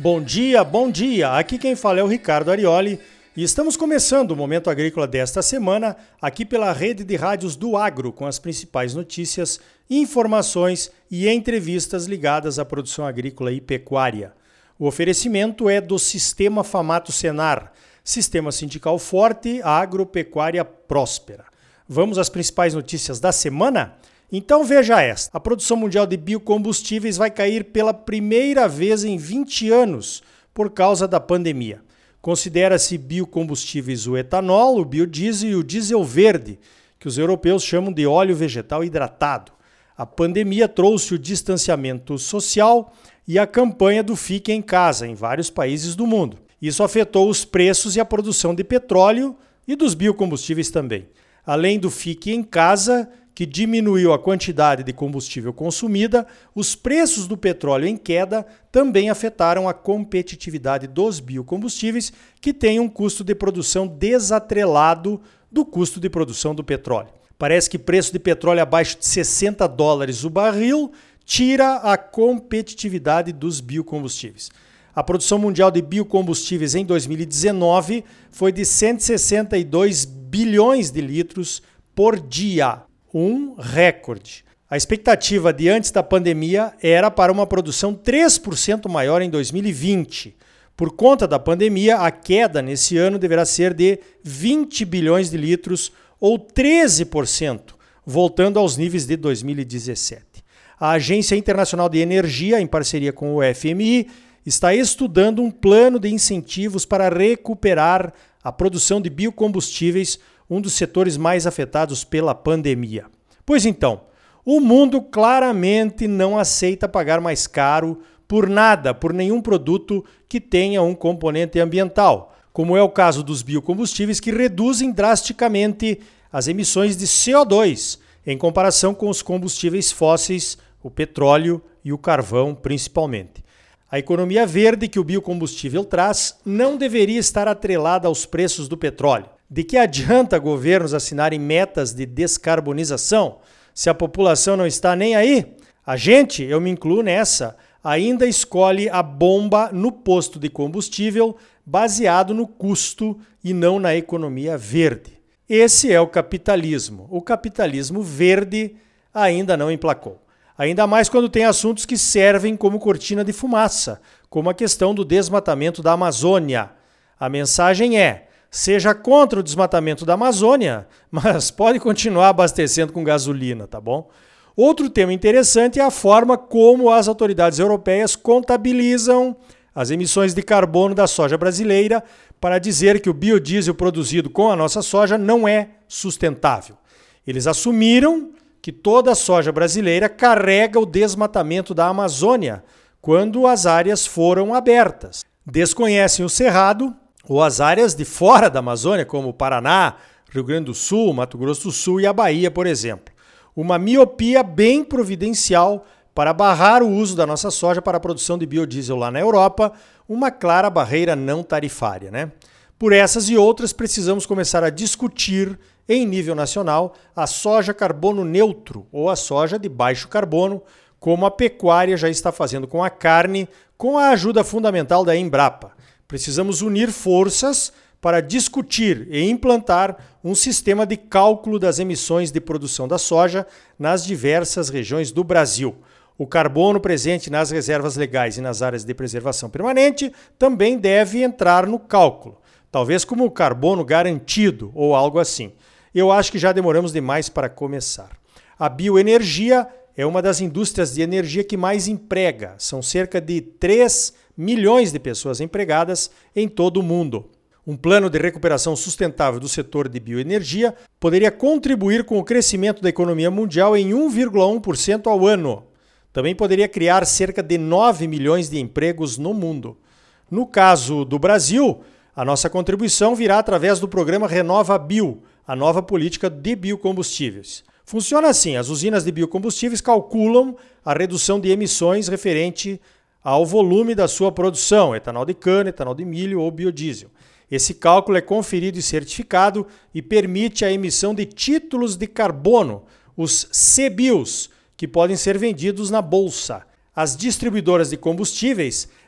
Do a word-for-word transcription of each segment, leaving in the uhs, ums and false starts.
Bom dia, bom dia! Aqui quem fala é o Ricardo Arioli e estamos começando o Momento Agrícola desta semana aqui pela rede de rádios do Agro com as principais notícias, informações e entrevistas ligadas à produção agrícola e pecuária. O oferecimento é do Sistema Famato Senar, Sistema Sindical Forte, Agropecuária Próspera. Vamos às principais notícias da semana? Então veja esta, a produção mundial de biocombustíveis vai cair pela primeira vez em vinte anos por causa da pandemia. Considera-se biocombustíveis o etanol, o biodiesel e o diesel verde, que os europeus chamam de óleo vegetal hidratado. A pandemia trouxe o distanciamento social e a campanha do Fique em Casa em vários países do mundo. Isso afetou os preços e a produção de petróleo e dos biocombustíveis também. Além do Fique em Casa, que diminuiu a quantidade de combustível consumida, os preços do petróleo em queda também afetaram a competitividade dos biocombustíveis, que têm um custo de produção desatrelado do custo de produção do petróleo. Parece que preço de petróleo abaixo de sessenta dólares o barril tira a competitividade dos biocombustíveis. A produção mundial de biocombustíveis em dois mil e dezenove foi de cento e sessenta e dois bilhões de litros por dia. Um recorde. A expectativa de antes da pandemia era para uma produção três por cento maior em dois mil e vinte. Por conta da pandemia, a queda nesse ano deverá ser de vinte bilhões de litros ou treze por cento, voltando aos níveis de dois mil e dezessete. A Agência Internacional de Energia, em parceria com o F M I, está estudando um plano de incentivos para recuperar a produção de biocombustíveis, um dos setores mais afetados pela pandemia. Pois então, o mundo claramente não aceita pagar mais caro por nada, por nenhum produto que tenha um componente ambiental, como é o caso dos biocombustíveis que reduzem drasticamente as emissões de C O dois em comparação com os combustíveis fósseis, o petróleo e o carvão principalmente. A economia verde que o biocombustível traz não deveria estar atrelada aos preços do petróleo. De que adianta governos assinarem metas de descarbonização se a população não está nem aí? A gente, eu me incluo nessa, ainda escolhe a bomba no posto de combustível baseado no custo e não na economia verde. Esse é o capitalismo. O capitalismo verde ainda não emplacou. Ainda mais quando tem assuntos que servem como cortina de fumaça, como a questão do desmatamento da Amazônia. A mensagem é: seja contra o desmatamento da Amazônia, mas pode continuar abastecendo com gasolina, tá bom? Outro tema interessante é a forma como as autoridades europeias contabilizam as emissões de carbono da soja brasileira para dizer que o biodiesel produzido com a nossa soja não é sustentável. Eles assumiram que toda a soja brasileira carrega o desmatamento da Amazônia quando as áreas foram abertas. Desconhecem o cerrado ou as áreas de fora da Amazônia, como o Paraná, Rio Grande do Sul, Mato Grosso do Sul e a Bahia, por exemplo. Uma miopia bem providencial para barrar o uso da nossa soja para a produção de biodiesel lá na Europa, uma clara barreira não tarifária, né? Por essas e outras, precisamos começar a discutir, em nível nacional, a soja carbono neutro ou a soja de baixo carbono, como a pecuária já está fazendo com a carne, com a ajuda fundamental da Embrapa. Precisamos unir forças para discutir e implantar um sistema de cálculo das emissões de produção da soja nas diversas regiões do Brasil. O carbono presente nas reservas legais e nas áreas de preservação permanente também deve entrar no cálculo, talvez como carbono garantido ou algo assim. Eu acho que já demoramos demais para começar. A bioenergia é uma das indústrias de energia que mais emprega. São cerca de três milhões de pessoas empregadas em todo o mundo. Um plano de recuperação sustentável do setor de bioenergia poderia contribuir com o crescimento da economia mundial em um vírgula um por cento ao ano. Também poderia criar cerca de nove milhões de empregos no mundo. No caso do Brasil, a nossa contribuição virá através do programa Renova Bio, a nova política de biocombustíveis. Funciona assim: as usinas de biocombustíveis calculam a redução de emissões referente ao volume da sua produção, etanol de cana, etanol de milho ou biodiesel. Esse cálculo é conferido e certificado e permite a emissão de títulos de carbono, os C B I Os, que podem ser vendidos na bolsa. As distribuidoras de combustíveis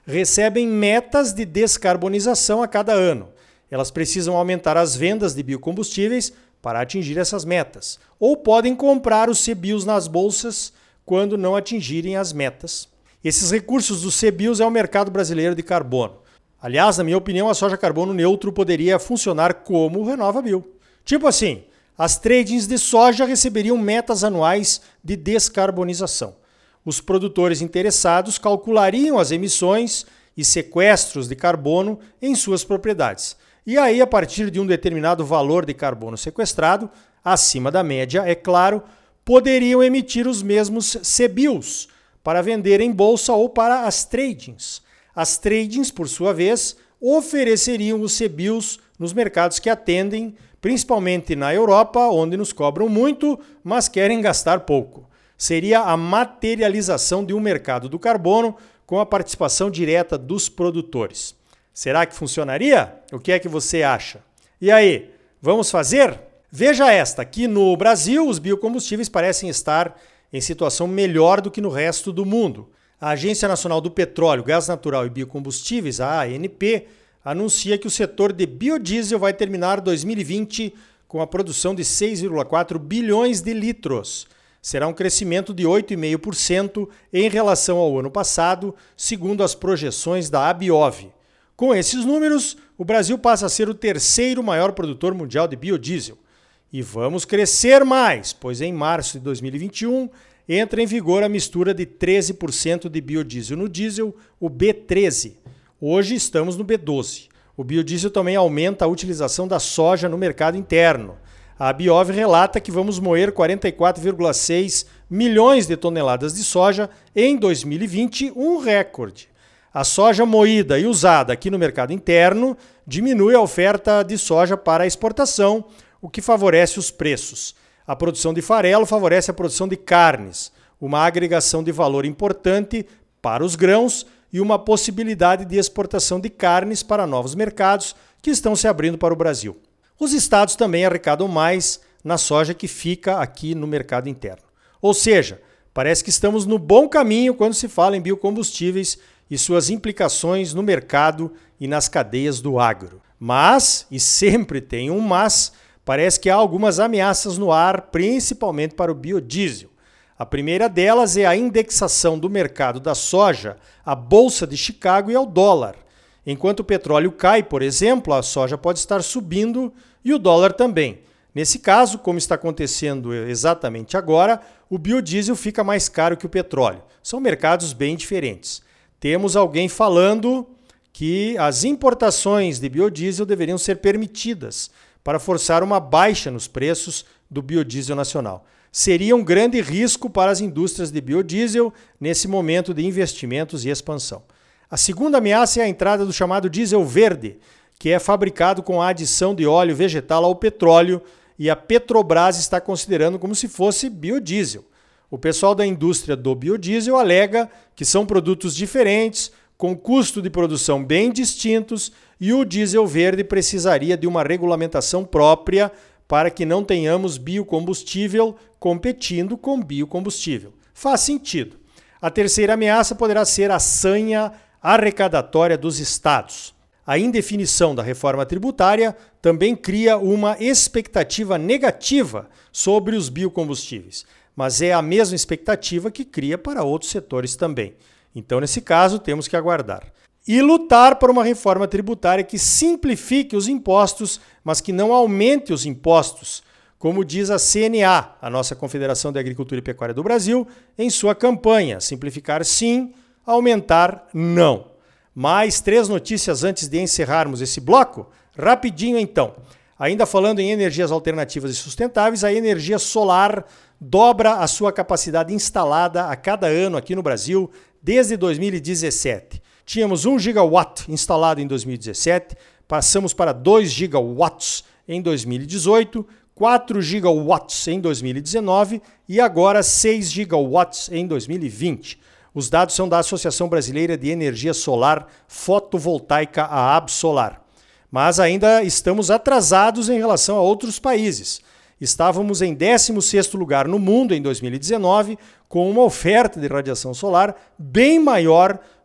recebem metas de descarbonização a cada ano. Elas precisam aumentar as vendas de biocombustíveis para atingir essas metas, ou podem comprar os C B I Os nas bolsas quando não atingirem as metas. Esses recursos dos C B I Os é o mercado brasileiro de carbono. Aliás, na minha opinião, a soja carbono neutro poderia funcionar como o RenovaBio. Tipo assim, as tradings de soja receberiam metas anuais de descarbonização. Os produtores interessados calculariam as emissões e sequestros de carbono em suas propriedades. E aí, a partir de um determinado valor de carbono sequestrado, acima da média, é claro, poderiam emitir os mesmos C B I Os para vender em bolsa ou para as tradings. As tradings, por sua vez, ofereceriam os C B I Os nos mercados que atendem, principalmente na Europa, onde nos cobram muito, mas querem gastar pouco. Seria a materialização de um mercado do carbono com a participação direta dos produtores. Será que funcionaria? O que é que você acha? E aí, vamos fazer? Veja esta, aqui no Brasil os biocombustíveis parecem estar em situação melhor do que no resto do mundo. A Agência Nacional do Petróleo, Gás Natural e Biocombustíveis, a A N P, anuncia que o setor de biodiesel vai terminar dois mil e vinte com a produção de seis vírgula quatro bilhões de litros. Será um crescimento de oito vírgula cinco por cento em relação ao ano passado, segundo as projeções da Abiov. Com esses números, o Brasil passa a ser o terceiro maior produtor mundial de biodiesel. E vamos crescer mais, pois em março de dois mil e vinte e um entra em vigor a mistura de treze por cento de biodiesel no diesel, o B treze. Hoje estamos no B doze. O biodiesel também aumenta a utilização da soja no mercado interno. A Abiov relata que vamos moer quarenta e quatro vírgula seis milhões de toneladas de soja em dois mil e vinte, um recorde. A soja moída e usada aqui no mercado interno diminui a oferta de soja para a exportação, o que favorece os preços. A produção de farelo favorece a produção de carnes, uma agregação de valor importante para os grãos e uma possibilidade de exportação de carnes para novos mercados que estão se abrindo para o Brasil. Os estados também arrecadam mais na soja que fica aqui no mercado interno. Ou seja, parece que estamos no bom caminho quando se fala em biocombustíveis e suas implicações no mercado e nas cadeias do agro. Mas, e sempre tem um mas, parece que há algumas ameaças no ar, principalmente para o biodiesel. A primeira delas é a indexação do mercado da soja à Bolsa de Chicago e ao dólar. Enquanto o petróleo cai, por exemplo, a soja pode estar subindo e o dólar também. Nesse caso, como está acontecendo exatamente agora, o biodiesel fica mais caro que o petróleo. São mercados bem diferentes. Temos alguém falando que as importações de biodiesel deveriam ser permitidas para forçar uma baixa nos preços do biodiesel nacional. Seria um grande risco para as indústrias de biodiesel nesse momento de investimentos e expansão. A segunda ameaça é a entrada do chamado diesel verde, que é fabricado com a adição de óleo vegetal ao petróleo e a Petrobras está considerando como se fosse biodiesel. O pessoal da indústria do biodiesel alega que são produtos diferentes, com custo de produção bem distintos e o diesel verde precisaria de uma regulamentação própria para que não tenhamos biocombustível competindo com biocombustível. Faz sentido. A terceira ameaça poderá ser a sanha arrecadatória dos estados. A indefinição da reforma tributária também cria uma expectativa negativa sobre os biocombustíveis, mas é a mesma expectativa que cria para outros setores também. Então, nesse caso, temos que aguardar. E lutar por uma reforma tributária que simplifique os impostos, mas que não aumente os impostos, como diz a C N A, a nossa Confederação de Agricultura e Pecuária do Brasil, em sua campanha: simplificar sim, aumentar não. Mais três notícias antes de encerrarmos esse bloco? Rapidinho então. Ainda falando em energias alternativas e sustentáveis, a energia solar dobra a sua capacidade instalada a cada ano aqui no Brasil desde dois mil e dezessete. Tínhamos um gigawatt instalado em dois mil e dezessete, passamos para dois gigawatts em dois mil e dezoito, quatro gigawatts em dois mil e dezenove e agora seis gigawatts em dois mil e vinte. Os dados são da Associação Brasileira de Energia Solar Fotovoltaica, a Absolar. Mas ainda estamos atrasados em relação a outros países. Estávamos em décimo sexto lugar no mundo em dois mil e dezenove, com uma oferta de radiação solar bem maior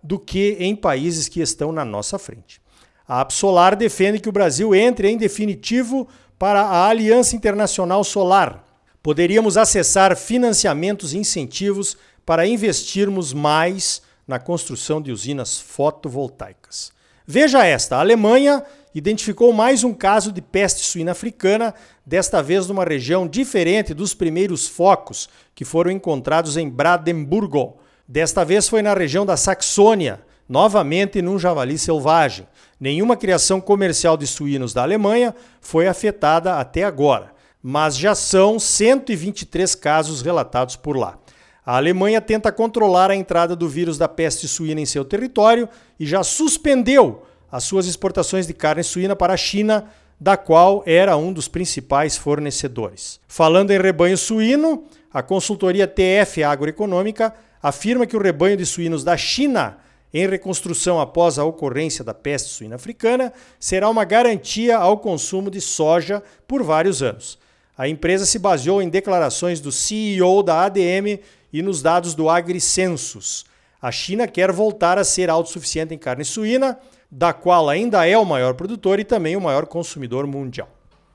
do que em países que estão na nossa frente. A Absolar defende que o Brasil entre em definitivo para a Aliança Internacional Solar. Poderíamos acessar financiamentos e incentivos para investirmos mais na construção de usinas fotovoltaicas. Veja esta, a Alemanha identificou mais um caso de peste suína africana, desta vez numa região diferente dos primeiros focos que foram encontrados em Brandemburgo. Desta vez foi na região da Saxônia, novamente num javali selvagem. Nenhuma criação comercial de suínos da Alemanha foi afetada até agora, mas já são cento e vinte e três casos relatados por lá. A Alemanha tenta controlar a entrada do vírus da peste suína em seu território e já suspendeu as suas exportações de carne suína para a China, da qual era um dos principais fornecedores. Falando em rebanho suíno, a consultoria T F Agroeconômica afirma que o rebanho de suínos da China, em reconstrução após a ocorrência da peste suína africana, será uma garantia ao consumo de soja por vários anos. A empresa se baseou em declarações do C E O da A D M e nos dados do AgriCensus. A China quer voltar a ser autossuficiente em carne suína, da qual ainda é o maior produtor e também o maior consumidor mundial.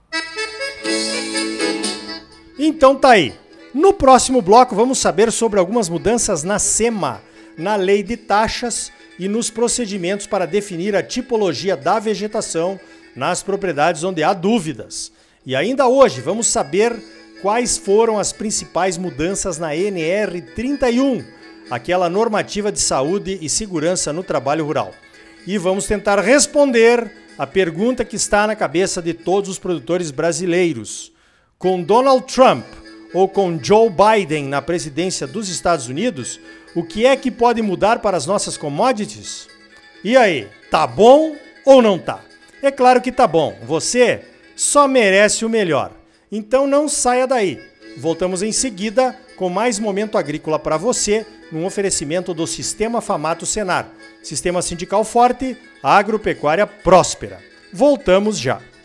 Então tá aí. No próximo bloco vamos saber sobre algumas mudanças na SEMA, na lei de taxas e nos procedimentos para definir a tipologia da vegetação nas propriedades onde há dúvidas. E ainda hoje vamos saber quais foram as principais mudanças na N R trinta e um, aquela normativa de saúde e segurança no trabalho rural. E vamos tentar responder a pergunta que está na cabeça de todos os produtores brasileiros. Com Donald Trump ou com Joe Biden na presidência dos Estados Unidos, o que é que pode mudar para as nossas commodities? E aí, tá bom ou não tá? É claro que tá bom. Você só merece o melhor. Então não saia daí. Voltamos em seguida com mais Momento Agrícola para você, num oferecimento do Sistema Famato Senar. Sistema sindical forte, agropecuária próspera. Voltamos já.